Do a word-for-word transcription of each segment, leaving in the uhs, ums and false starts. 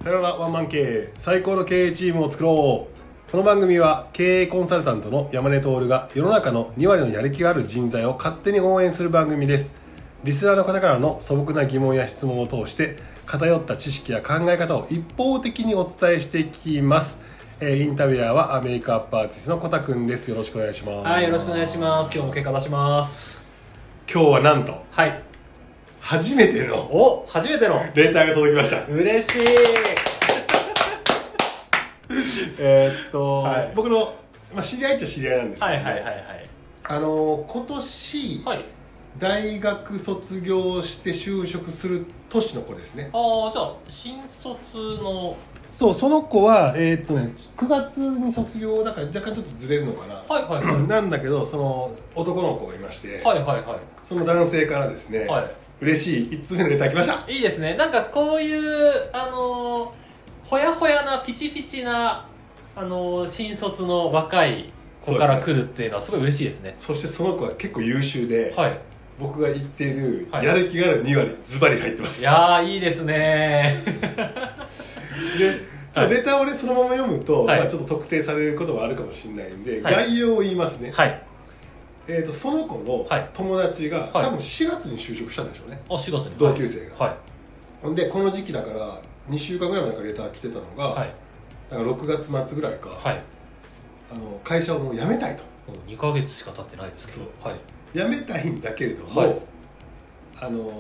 さよならワンマン経営、最高の経営チームを作ろう。この番組は経営コンサルタントの山根徹が世の中のに割のやる気がある人材を勝手に応援する番組です。リスナーの方からの素朴な疑問や質問を通して偏った知識や考え方を一方的にお伝えしていきます。えー、インタビュアーはメイクアップアーティストのコタくんです。よろしくお願いします。 はい、よろしくお願いします。今日も結果出します。 今日はなんとはい初めてのお初めてのレターが届きました。 嬉しいえーっと、 はい、 僕の、まあ、知り合いっちゃ知り合いなんですけど、 はいはいはいはいあの今年、はい、大学卒業して就職する年の子ですね。 ああ、じゃあ新卒の。 そう、その子は、えーっとね、くがつに卒業だから若干ちょっとずれるのかな。 はいはいはいなんだけど、その男の子がいまして、 はいはいはい、 その男性からですね、はい、嬉しいいっつうめのレター来ました。 いいですね。なんかこういうあのー、ほやほやなピチピチなあのー、新卒の若い子から来るっていうのはすごい嬉しいですね。 そしてその子は結構優秀で、はい、僕が言っているやる気があるに割ズバリ入ってます。 いやー、いいですねで、レターをねそのまま読むと、はい、まあ、ちょっと特定されることはあるかもしれないんで、はい、概要を言いますね。はい、えー、とその子の友達が、はい、多分しがつに就職したんでしょうね。 あ、しがつに同級生が、 はいはい、でこの時期だからにしゅうかんぐらい前からレター来てたのが、はい、だからろくがつ末ぐらいか、はい、あの会社をもう辞めたいと。 にかげつしか経ってないですけど、はい、 辞めたいんだけれども、はい、あのー、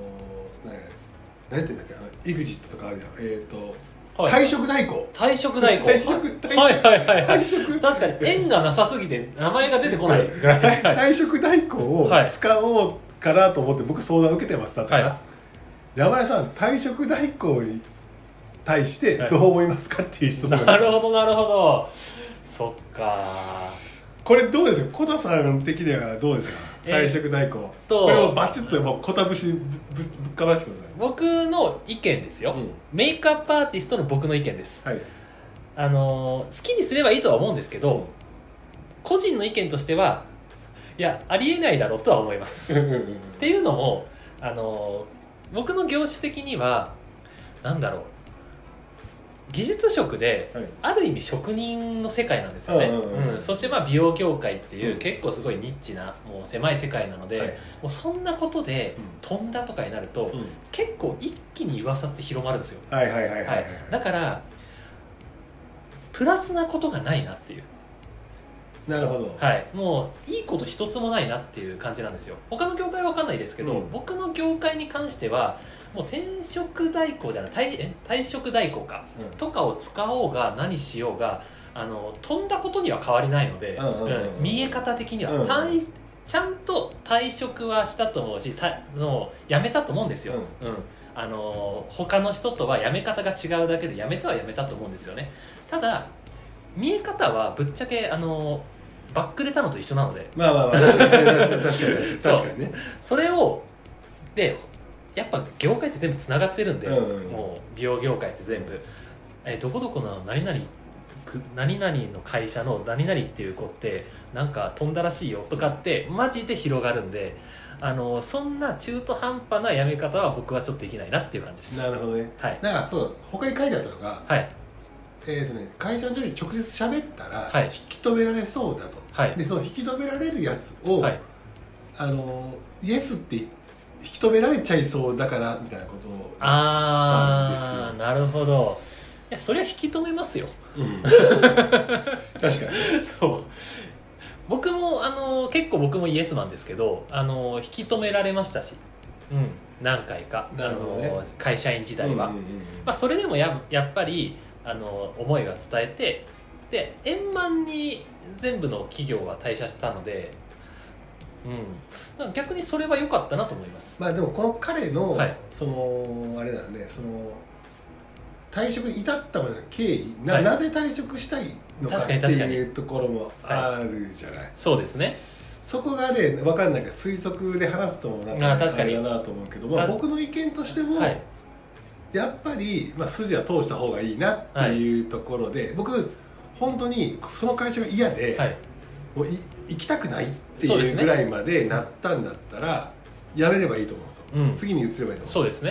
何て言うんだっけ、あの エグジット とかあるやん、えーとはい、退職代行退職代行退職代行はいはいはいはい確かに縁がなさすぎて名前が出てこないぐらい、 はい、退職代行を使おうかなと思って僕相談を受けてますだったら、はい、山根さん退職代行に対してどう思いますかっていう質問、 はい、なるほどなるほど。そっか、 これどうですか、小田さん的にはどうですか、退職代行とこれをバチッともう小田節に ぶ, ぶ, ぶっかましてください。 僕の意見ですよ、うん、メイクアップアーティストの僕の意見です、はい、あの好きにすればいいとは思うんですけど、うん、個人の意見としてはいやありえないだろうとは思いますっていうのもあの僕の業種的にはなんだろう、技術職で、はい、ある意味職人の世界なんですよね、うんうんうん、そしてまあ美容業界っていう、うん、結構すごいニッチなもう狭い世界なので、はい、もうそんなことで飛んだとかになると、うん、結構一気に噂って広まるんですよ。 はいはいはいはい、はい、 だからプラスなことがないなっていう。 なるほど、 はい、もういいこと一つもないなっていう感じなんですよ。他の業界は分かんないですけど、うん、僕の業界に関してはもう転職代行である 退, 退職代行か、うん、とかを使おうが何しようがあの飛んだことには変わりないので、見え方的には、うんうん、ちゃんと退職はしたと思うし、たの辞めたと思うんですよ、うんうん、あの他の人とは辞め方が違うだけで辞めたは辞めたと思うんですよね。ただ見え方はぶっちゃけあのバックれたのと一緒なので、 まあまあまあ確かに確かに確かにね。 それをでやっぱ業界って全部つながってるんで、うんうん、もう美容業界って全部えどこどこの何々何々の会社の何々っていう子ってなんか飛んだらしいよとかってマジで広がるんで、あのそんな中途半端な辞め方は僕はちょっとできないなっていう感じです。 なるほどね。はい。なんかそう他に書いてあったのが、はい。えーとね、会社の上に直接喋ったら引き止められそうだと、はい、でその引き止められるやつを、はい、あのイエスって引き止められちゃいそうだからみたいなことをああなるほど。いやそれは引き止めますよ、うん、確かにそう僕もあの結構僕もイエスマンですけどあの引き止められましたし、うん、何回か、ね、あの会社員時代は、うんうんうんまあ、それでも や, やっぱりあの思いは伝えてで円満に全部の企業は退社したので、うん、逆にそれは良かったなと思います。 まあでもこの彼の、はい、そのあれだねその退職に至ったまでの経緯 な,、はい、なぜ退職したいのかっていうところもあるじゃない、はい、 そうですね。 そこがね分かんないけど推測で話すとなんかあれだなと思うけど、まあ、僕の意見としても、はいやっぱり、まあ、筋は通した方がいいなっていうところで、はい、僕本当にその会社が嫌で、はい、もうい行きたくないっていうぐらいまでなったんだったら、ね、やめればいいと思うんですよ、うん、次に移ればいいと思う。 そうですね。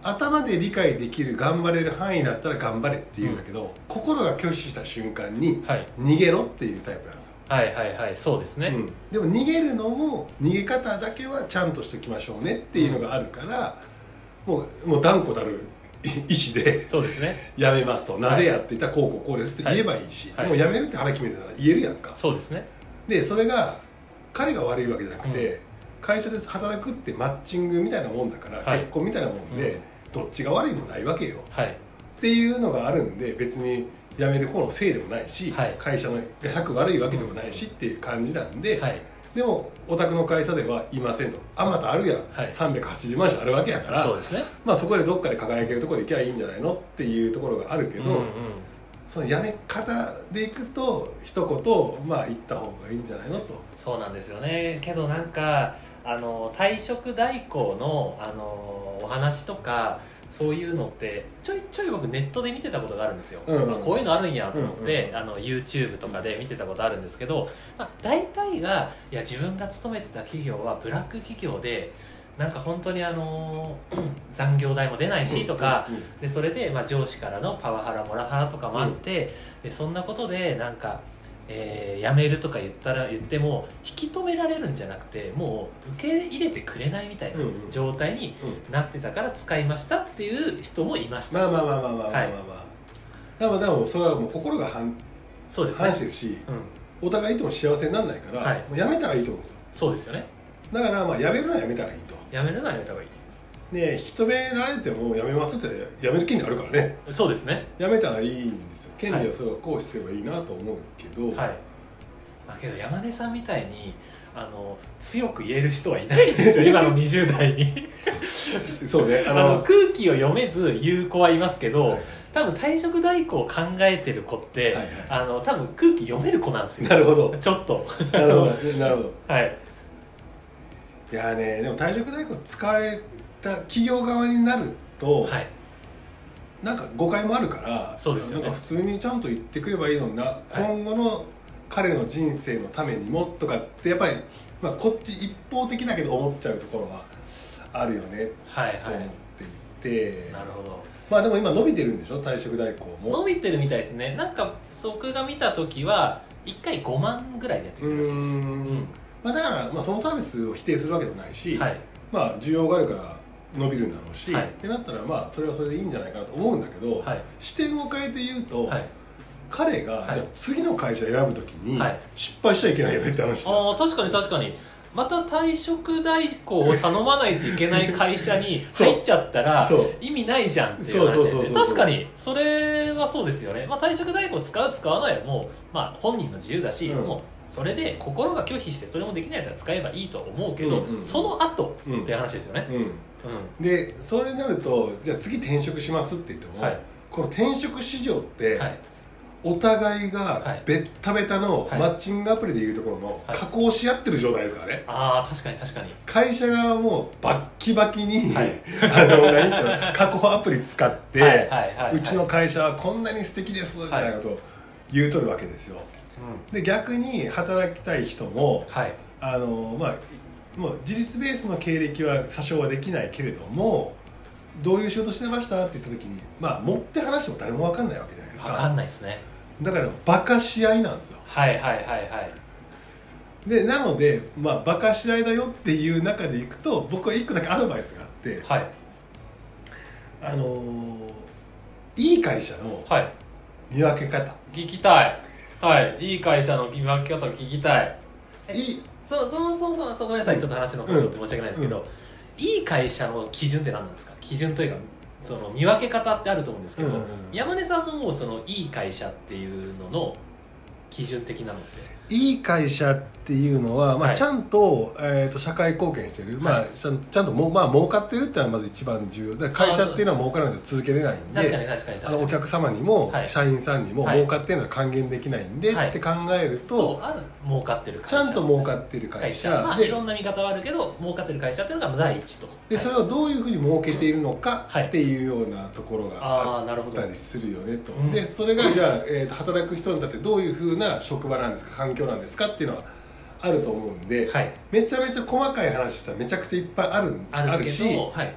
頭で理解できる頑張れる範囲だったら頑張れって言うんだけど、うん、心が拒否した瞬間に逃げろっていうタイプなんですよ。 はいはいはい、そうですね、うん、 でも逃げるのも逃げ方だけはちゃんとしておきましょうねっていうのがあるから、うん、もうもう断固たる意思でそうですねやめますと、なぜやっていたらこうこうこうですって言えばいいし、はいはい、もうやめるって腹決めてたら言えるやんか。 そうですね。 でそれが彼が悪いわけじゃなくて、うん、会社で働くってマッチングみたいなもんだから、はい、結婚みたいなもんで、うん、どっちが悪いもないわけよ、はい、っていうのがあるんで、別に辞める方のせいでもないし、はい、会社のがひゃく悪いわけでもないしっていう感じなんで、はい、でもお宅の会社ではいませんと、あまたあるやん、はい、さんびゃくはちじゅうまん社あるわけやから、 そうですね、 まあ、そこでどっかで輝けるところで行けばいいんじゃないのっていうところがあるけど、うんうん、その辞め方でいくと一言まあ言った方がいいんじゃないのと。 そうなんですよね。けどなんかあの退職代行のあのお話とかそういうのってちょいちょい僕ネットで見てたことがあるんですよ、うんうん、まあ、こういうのあるんやと思って、うんうん、あの YouTube とかで見てたことあるんですけど、まあ、大体がいや自分が勤めてた企業はブラック企業でなんか本当にあの残業代も出ないしとか、うんうんうん、でそれでまあ上司からのパワハラモラハラとかもあって、うん、でそんなことでなんかえー、辞めるとか言ったら言っても引き止められるんじゃなくてもう受け入れてくれないみたいな状態になってたから使いましたっていう人もいました。 まあまあまあまあまあまあまあ、はい、でもでもそれはもう心が反そうですね、反してるし、うん、お互いいても幸せにならないから、はい、もう辞めたらいいと思うんですよ。 そうですよね。 だからまあ辞めるのは辞めたらいいと。 辞めるのは辞めた方がいい。 ね、引き止められても辞めますって辞める権利あるからね。 そうですね。 辞めたらいいんですよ。権利をそれを行使すればいいなと思うけど、 はい、まあ、けど山根さんみたいにあの強く言える人はいないんですよ今のにじゅう代にそうね、 あのあの空気を読めず言う子はいますけど、はい、多分退職代行を考えてる子って、はいはい、あの多分空気読める子なんですよ。 なるほど、 ちょっとなるほどなるほどはい。 いやね、でも退職代行使われた企業側になると、はい、なんか誤解もあるから、 そうですよね、 なんか普通にちゃんと言ってくればいいのにな、はい、今後の彼の人生のためにもとかってやっぱり、まあ、こっち一方的だけど思っちゃうところはあるよね、はいはい、と思っていて。 なるほど。 まあでも今伸びてるんでしょ、退職代行も。 伸びてるみたいですね。なんか僕が見た時はいっかいごまんぐらいでやってくるらしいです。うん、 まあ、だから、まあ、そのサービスを否定するわけでもないし、はい、まあ需要があるから伸びるんだろうし、はい、ってなったらまあそれはそれでいいんじゃないかなと思うんだけど、はい、視点を変えて言うと、はい、彼が、はい、じゃあ次の会社選ぶときに失敗しちゃいけないよねって話。 ああ、確かに確かに。また退職代行を頼まないといけない会社に入っちゃったら意味ないじゃんっていう話ですね。確かにそれはそうですよね。まあ、退職代行使う使わないはもう、まあ、本人の自由だし、うん、もうそれで心が拒否してそれもできないやったら使えばいいと思うけど、うんうんうん、その後っていう話ですよね、うんうんうん、でそれになるとじゃあ次転職しますって言っても、はい、この転職市場って、はい、お互いがベッタベタのマッチングアプリでいうところの加工し合ってる状態ですからね、はい、 ああ確かに確かに。 会社側もバッキバキに、はい、あの何加工アプリ使って、はいはいはいはい、うちの会社はこんなに素敵ですみたいなことを言うとるわけですよ、はい、で逆に働きたい人も、はい、あのまあもう事実ベースの経歴は詐称はできないけれどもどういう仕事してましたって言った時にまあ持って話しても誰も分かんないわけじゃないですか。 分かんないですね。 だからバカし合いなんですよ。 はいはいはいはい。 でなのでまあバカし合いだよっていう中でいくと僕は一個だけアドバイスがあって、はい、あのー、いい会社の見分け方、はい、 聞きたい。はいいい会社の見分け方を聞きたい。いいそそもそもそもごめんなさい、ちょっと話の腰をって申し訳ないですけど、うんうん、いい会社の基準って何なんですか。基準というかその見分け方ってあると思うんですけど、うんうんうん、山根さんのもうそのいい会社っていうのの基準的なのっていい会社っていうのは、まあはい、ちゃんと、えー、と社会貢献してる、はい、まあ、ちゃんとも、まあ、儲かってるっていうのはまず一番重要で会社っていうのは儲からないと続けれないんで確かに確かに確かにあのお客様にも、はい、社員さんにも儲かってるのは還元できないんで、はい、って考えると、 ある儲かってる会社ちゃんと儲かってる会社、 会社まあ、いろんな見方はあるけど儲かってる会社っていうのが第一とで、はい、それをどういうふうに儲けているのかっていうようなところがあったりするよねと、でそれがじゃあ、えー、と働く人にとってどういうふうな職場なんですか環境なんですかっていうのはあると思うんで、はい、めちゃめちゃ細かい話したらめちゃくちゃいっぱいある、 あるけど、 あるし、 はい、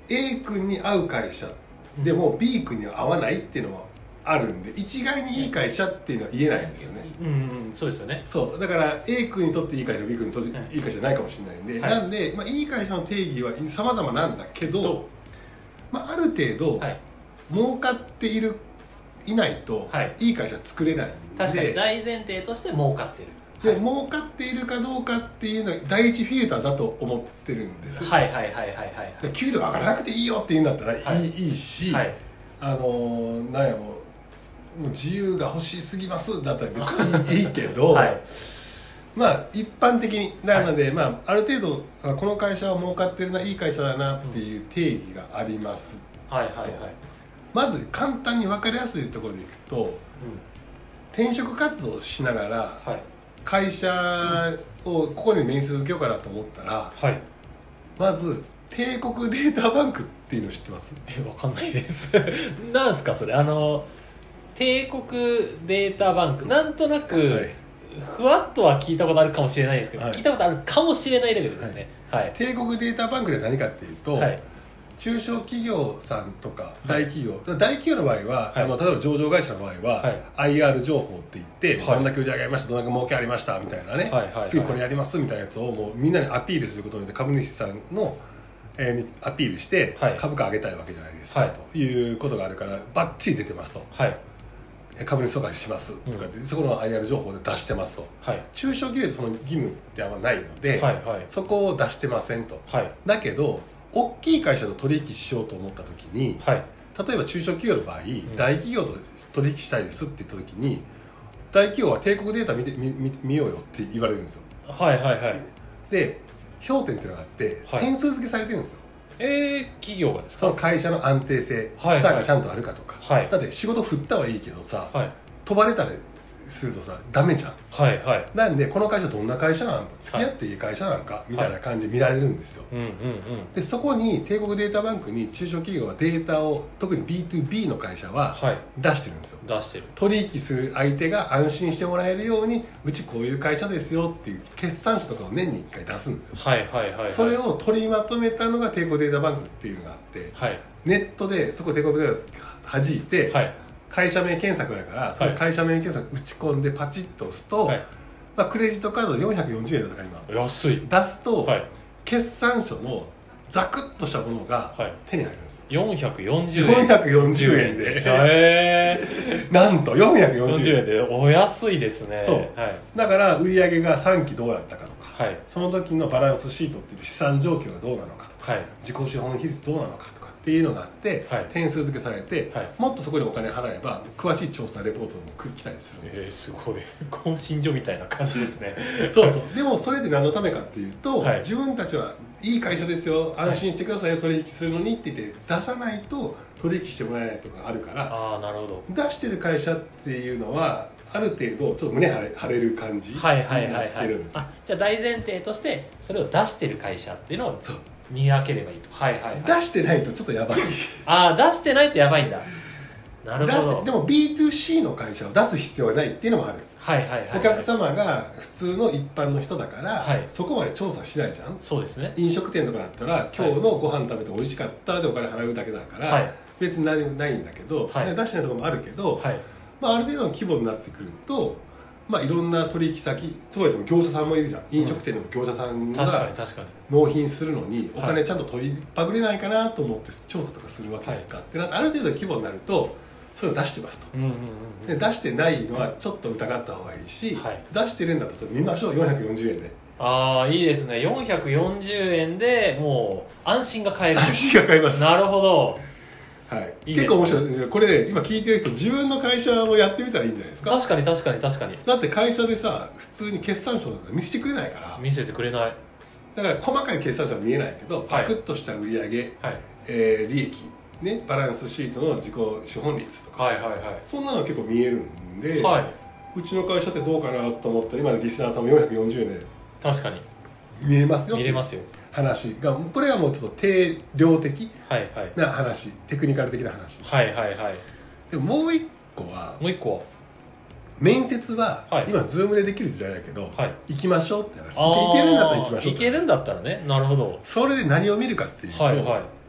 A 君に合う会社でも B 君には合わないっていうのもあるんで、一概にいい会社っていうのは言えないんですよね。 うん、うん、そうですよね。 そうだから A 君にとっていい会社 B 君にとっていい会社じゃないかもしれないんで、はい、なんで、まあ、いい会社の定義は様々なんだけど、まあ、ある程度、はい、儲かっているいないと、はい、いい会社作れないんで、 確かに大前提として儲かってる。 で、はい、儲かっているかどうかっていうのは第一フィルターだと思ってるんです。 はいはいはいはいはい、 はい、給料上がらなくていいよって言うんだったらいい、はい、いいし、はい、あのー、なんやもう自由が欲しすぎますだったら別にいいけど、はい、まあ一般的になので、はい、まあ、ある程度この会社は儲かってるないい会社だなっていう定義があります、 うん、はいはいはい。 まず簡単に分かりやすいところでいくと、うん、転職活動をしながら、はい、会社をここに面接受けようかなと思ったら、はい、まず帝国データバンクっていうの知ってます？ え、わかんないですなんすかそれ。あの帝国データバンク、なんとなく、はい、ふわっとは聞いたことあるかもしれないですけど、はい、聞いたことあるかもしれないレベルですね、はいはい、 帝国データバンクで何かっていうと、はい、中小企業さんとか大企業、はい、大企業の場合は、はい、あの例えば上場会社の場合は、はい、アイアール 情報って言って、はい、どんだけ売り上げありました、どんだけ儲けありましたみたいなね、はいはいはい、次これやりますみたいなやつをもうみんなにアピールすることによって株主さんの、えー、アピールして株価上げたいわけじゃないですか、はい、ということがあるからバッチリ出てますと、はい、株主総会しますとかって、うん、そこの アイアール 情報で出してますと、はい、中小企業でその義務ってあんまないので、はいはい、そこを出してませんと、はい、だけど大きい会社と取引しようと思った時に、はい、例えば中小企業の場合、うん、大企業と取引したいですって言った時に大企業は帝国データ見て 見, 見, 見ようよって言われるんですよ。はいはいはい。で評点っていうのがあって、はい、点数付けされてるんですよ。 えー、企業がですか？ その会社の安定性、資産がちゃんとあるかとか、はいはい、だって仕事振ったはいいけどさ、はい、飛ばれたりするとさダメじゃん、はいはい、なんでこの会社どんな会社なんか付き合っていい会社なんか、はい、みたいな感じで見られるんですよ、はい、でそこに帝国データバンクに中小企業はデータを特に ビーツービー の会社は出してるんですよ、はい、出してる。取引する相手が安心してもらえるようにうちこういう会社ですよっていう決算書とかを年にいっかい出すんですよ、はいはいはい、はい、それを取りまとめたのが帝国データバンクっていうのがあって、はい、ネットでそこ帝国データ弾いて、はい、会社名検索だからその会社名検索打ち込んでパチッと押すと、はい、まあ、クレジットカードでよんひゃくよんじゅうえんだから今安い出すと、はい、決算書のザクッとしたものが手に入るんですよ、はい、よんひゃくよんじゅうえんよんひゃくよんじゅうえんでへーなんとよんひゃくよんじゅうえんでお安いですね。 そう、はい、だから売上がさんきどうだったかとか、はい、その時のバランスシートっていって資産状況がどうなのかとか、はい、自己資本比率どうなのかとかっていうのがあって、はい、点数付けされて、はい、もっとそこでお金払えば詳しい調査レポートも来たりするんですよ。 えー、すごい更新所みたいな感じですねそうそうでもそれで何のためかっていうと、はい、自分たちはいい会社ですよ安心してくださいよ、はい、取引するのにって言って出さないと取引してもらえないとかあるから、 あーなるほど、出してる会社っていうのはある程度ちょっと胸張れ、張れる感じになってるんです。 あ、じゃあ大前提としてそれを出してる会社っていうのを見分ければいいと。はいはいはい、 出してないとちょっとやばいああ出してないとやばいんだ。なるほど。 でも ビーツーシー の会社を出す必要がないっていうのもある。はいはいはい、はい、お客様が普通の一般の人だから、はい、そこまで調査しないじゃん。そうですね。飲食店とかだったら今日のご飯食べて美味しかったでお金払うだけだから、はい、別に何もないんだけど、はい、出してないところもあるけど、はい、まあ、ある程度の規模になってくると、まあ、いろんな取引先、つまりでも業者さんもいるじゃん。飲食店でも業者さんが納品するのにお金ちゃんと取りっぱぐれないかなと思って調査とかするわけか、はい、ってなってある程度の規模になるとそれを出してますと、うんうんうんうん、で出してないのはちょっと疑った方がいいし、はい、出してるんだったらそれ見ましょう。よんひゃくよんじゅうえんで。 ああいいですね。よんひゃくよんじゅうえんでもう安心が買える。 安心が買えます。なるほど。 はい、いい結構面白い。これ、ね、今聞いてる人自分の会社をやってみたらいいんじゃないですか。 確かに確かに確かに。 だって会社でさ普通に決算書とか見せてくれないから。 見せてくれない。 だから細かい決算書は見えないけど、はい、パクッとした売上、はい、えー、利益、ね、バランスシートの自己資本率とか、はいはいはい、そんなの結構見えるんで、はい、うちの会社ってどうかなと思ったら今のリスナーさんもよんひゃくよんじゅうえんで確かに見えますよ。 見れますよ。 話がこれはもうちょっと定量的な話、はいはい、テクニカル的な話。はいはいはい。でももう一個はもう一個は面接は、はい、今ズームでできる時代だけど、はい、行きましょうって話。行けるんだったら行きましょう。 行けるんだったらね。なるほど。 それで何を見るかっていうと、はいはい、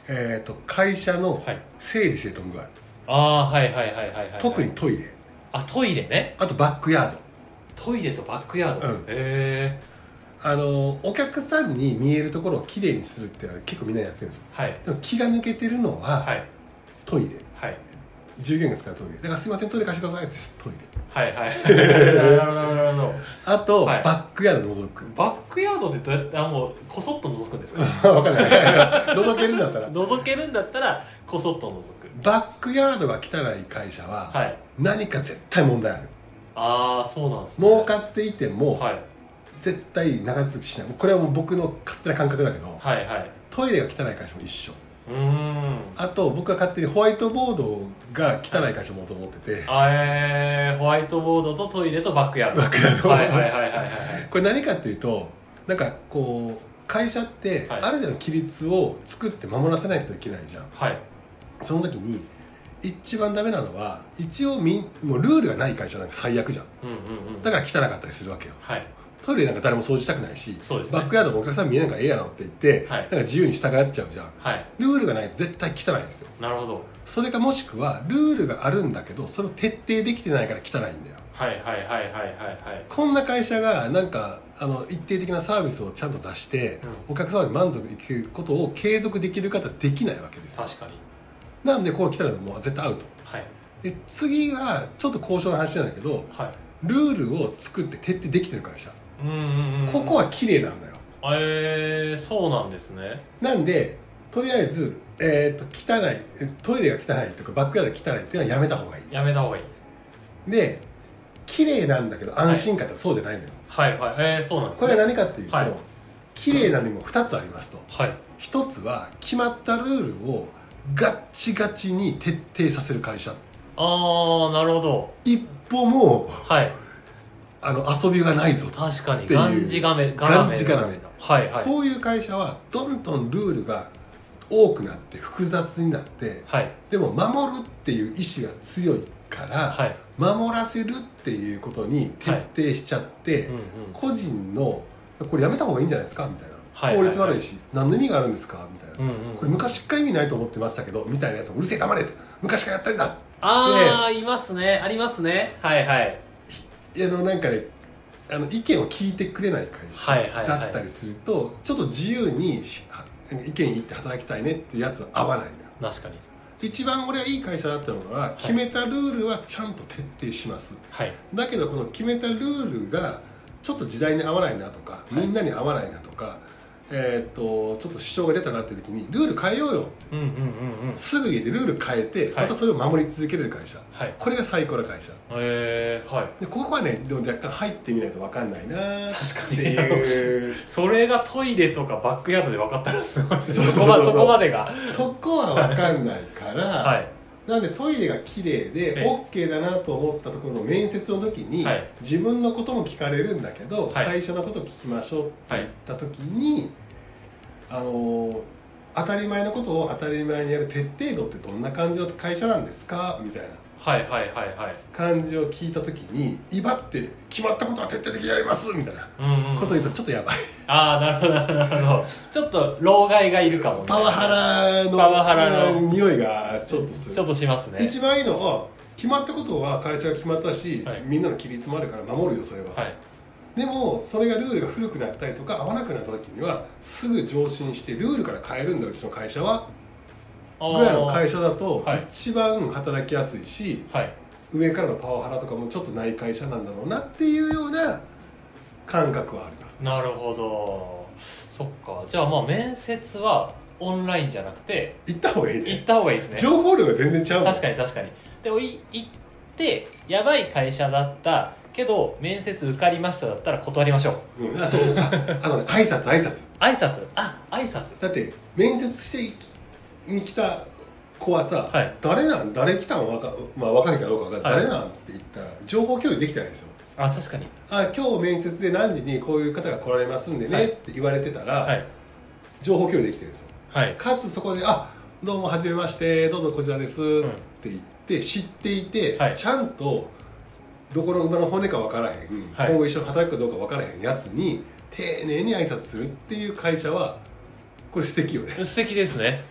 えー、と会社の整理整頓具合、 はい、ああはいはいはいはいはい、はい、 特にトイレ、 あトイレね、 あとバックヤード、 トイレとバックヤード、うん、へえあのお客さんに見えるところをきれいにするっていうのは結構みんなやってるんですよ、はい、でも気が抜けてるのは、はい、トイレ、はい、従業員が使うトイレだからすいませんトイレ貸してくださいってトイレ、はいはいなるほどなるほどあと、はい、バックヤード覗く、 バックヤードってどうやってあもうこそっと覗くんですか分かんない覗けるんだったら覗けるんだったらこそっと覗く、 バックヤードが汚い会社は、はい、何か絶対問題ある、 ああそうなんですね、 儲かっていても、はい、絶対長続きしない、これはもう僕の勝手な感覚だけど、はいはい、トイレが汚い会社も一緒、うーんあと僕は勝手にホワイトボードが汚い会社もと思ってて、 あえー、ホワイトボードとトイレとバックヤード、バックヤード、はいはいはいはいはいこれ何かっていうとなんかこう会社ってある程度の規律を作って守らせないといけないじゃん、はい、その時に一番ダメなのは一応みもうルールがない会社なんか最悪じゃん、うんうんうん、だから汚かったりするわけよ、はい、トイレなんか誰も掃除したくないし、そうですね、バックヤードもお客さん見えないからええやろって言って、はい、なんか自由に従っちゃうじゃん、はい、ルールがないと絶対汚いんですよ、 なるほど、 それかもしくはルールがあるんだけどそれを徹底できてないから汚いんだよ、 はいはいはいはいはいはい、 こんな会社がなんかあの一定的なサービスをちゃんと出して、うん、お客様に満足いけることを継続できる方はできないわけですよ、確かに、なんでこう来たらもう絶対アウト、はい、で次はちょっと交渉の話なんだけど、はい、ルールを作って徹底できてる会社、うんうんうん、ここは綺麗なんだよ、 えー、そうなんですね、 なんでとりあえず、えー、と汚いトイレが汚いとかバックヤードが汚いっていうのはやめた方がいい、 やめた方がいいで綺麗なんだけど安心感ってそうじゃないのよ、 はいはい、えー、そうなんですね、 これは何かっていうと、はい、綺麗なのにもふたつありますと、はい、ひとつは決まったルールをガッチガチに徹底させる会社、 ああなるほど、 一歩も、はい、あの遊びがないぞ確かにがんじがめがんじがらめ、はいはい、こういう会社はどんどんルールが多くなって複雑になって、はい、でも守るっていう意志が強いから、はい、守らせるっていうことに徹底しちゃって、はい、うんうん、個人のこれやめた方がいいんじゃないですかみたいな、はい、法律悪いし、はい、何の意味があるんですかみたいな、うんうん、これ昔から意味ないと思ってましたけどみたいなやつをうるせえ黙れって昔からやったんだって、 ああいますね、ありますね、はいはい、 あのなんかねあの意見を聞いてくれない会社だったりすると、はいはいはい、ちょっと自由に意見言って働きたいねっていうやつは合わないのよ、 確かに一番俺はいい会社だったのは、はい、決めたルールはちゃんと徹底します、はい、だけどこの決めたルールがちょっと時代に合わないなとか、はい、みんなに合わないなとか、えー、とちょっと支障が出たなっていう時にルール変えようよって、うんうんうんうん、すぐ家でルール変えて、はい、またそれを守り続けれる会社、はい、これが最高な会社、へー、はい、でここはねでも若干入ってみないと分かんないな、 確かにそれがトイレとかバックヤードで分かったらすごいですね、そこま、そこまでがそこは分かんないから、はい、なんでトイレが綺麗で OK だなと思ったところの面接の時に、はい、自分のことも聞かれるんだけど、はい、会社のことを聞きましょうって言った時に、はい、あの当たり前のことを当たり前にやる徹底度ってどんな感じの会社なんですかみたいなはいはいはいはい感じを聞いた時に威張って決まったことは徹底的にやりますみたいなことを言うとちょっとやばい、 うんうん、ああなるほどなるほどちょっと老害がいるかもみたいな、 パワハラのパワハラの匂いがちょっとする、 ちょっとしますね。 一番いいのは決まったことは会社が決まったし、はい、みんなの規律もあるから守るよそれは、はい、でもそれがルールが古くなったりとか合わなくなった時にはすぐ上申してルールから変えるんだうちの会社はぐらいの会社だと一番働きやすいし、はい、上からのパワハラとかもちょっとない会社なんだろうなっていうような感覚はあります。 なるほど、そっか。じゃあまあ面接はオンラインじゃなくて行った方がいいね。 行った方がいいですね。 情報量が全然違う。 確かに確かに。でも行ってやばい会社だったけど面接受かりましただったら断りましょう。うん、あそうああのね挨拶挨拶挨拶あ挨拶だって面接してに来た子はさ、はい、誰なん誰来たん若、まあ、若いかどうか分かんない、はい、誰なんって言ったら情報共有できてないんですよ。 あ確かにあ今日面接で何時にこういう方が来られますんでね、はい、って言われてたら、はい、情報共有できてるんですよ、はい、かつそこであどうもはじめましてどうぞこちらです、うん、って言って知っていて、はい、ちゃんとどこの馬の骨か分からへん、はい、今後一緒に働くかどうか分からへんやつに丁寧に挨拶するっていう会社はこれ素敵よね。 素敵ですね。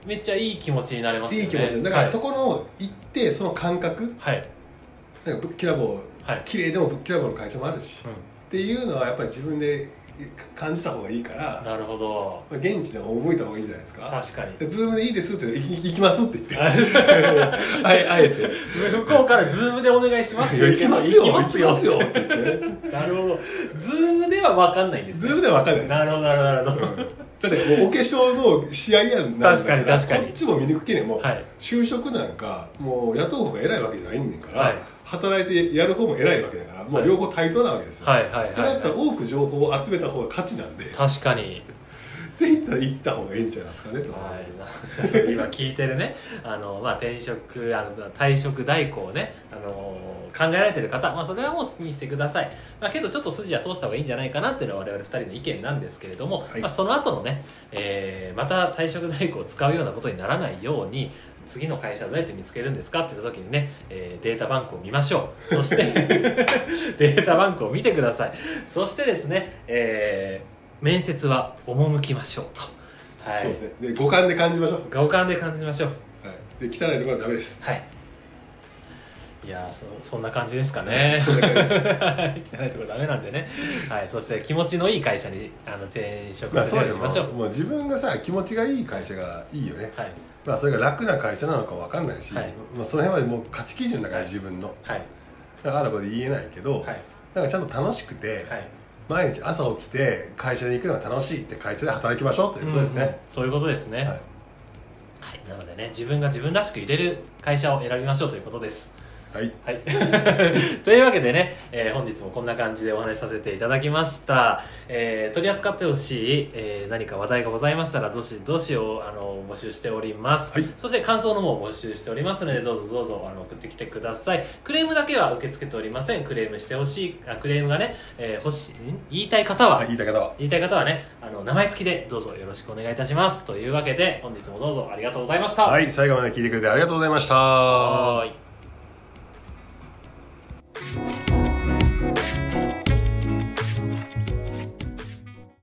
めっちゃいい気持ちになれますよね。 いい気持ちだから、そこの行ってその感覚、 はい、 なんかぶっきらぼう、はい、綺麗でもぶっきらぼうの会社もあるし、うん、っていうのはやっぱり自分で感じた方がいいから。なるほど。 現地で思いた方がいいんじゃないですか。 確かに。 ズームでいいですって行きますって言ってあえて向こうからズームでお願いしますって言って行きますよ行きますよって言ってなるほど。ズームでは分かんないんですね。 ズームでは分かんない。 なるほどなるほど、うん、 だってもうお化粧の試合やんなんだから、 確かに確かにこっちも見にくけねもう、 はい、 就職なんかもう雇う方が偉いわけじゃないんねんから、はい、働いてやる方も偉いわけだから、もう両方対等なわけですよ。 はいはいはいはい、 となったら多く情報を集めた方が勝ちなんで、 確かにって言ったら行った方がいいんじゃないですかねと思います。 はい、今聞いてるね、あの、まあ、転職あの退職代行をね、あの考えられてる方、まあ、それはもう好きにしてください。まあ、けどちょっと筋は通した方がいいんじゃないかなっていうのは我々ふたりの意見なんですけれども、はい、まあ、その後のね、えー、また退職代行を使うようなことにならないように、次の会社どうやって見つけるんですかって言った時にね、えー、データバンクを見ましょう。そしてデータバンクを見てください。そしてですね、えー、面接は赴きましょうと。はい、 そうですね。で、五感で感じましょう。 五感で感じましょう。 はい。で、汚いところはダメです。 はい。いやー、そそんな感じですかね。汚いところダメなんでね。はい。そして気持ちのいい会社にあの転職するようにしましょう。 まあ、もう自分がさ、気持ちがいい会社がいいよね。はい。まあ、それが楽な会社なのか分かんないし、はい、まあ、その辺はもう価値基準だから、自分の、はい、だからあらばで言えないけど、はい、なんかちゃんと楽しくて、はい、毎日朝起きて会社に行くのが楽しいって会社で働きましょうということですね、うんうん、 そういうことですね、はい、はい、なのでね、自分が自分らしく入れる会社を選びましょうということです。はい、はい、というわけでね、えー、本日もこんな感じでお話しさせていただきました。えー、取り扱ってほしい、えー、何か話題がございましたらどしどしをあの募集しております、はい、そして感想の方を募集しておりますので、どうぞどうぞあの送ってきてください。クレームだけは受け付けておりません。クレームしてほしいあクレームがね、えー、欲しい言いたい方は、はい、言いたい方は言いたい方はね、あの名前付きでどうぞよろしくお願いいたします。というわけで本日もどうぞありがとうございました。 はい、最後まで聞いてくれてありがとうございました。はい。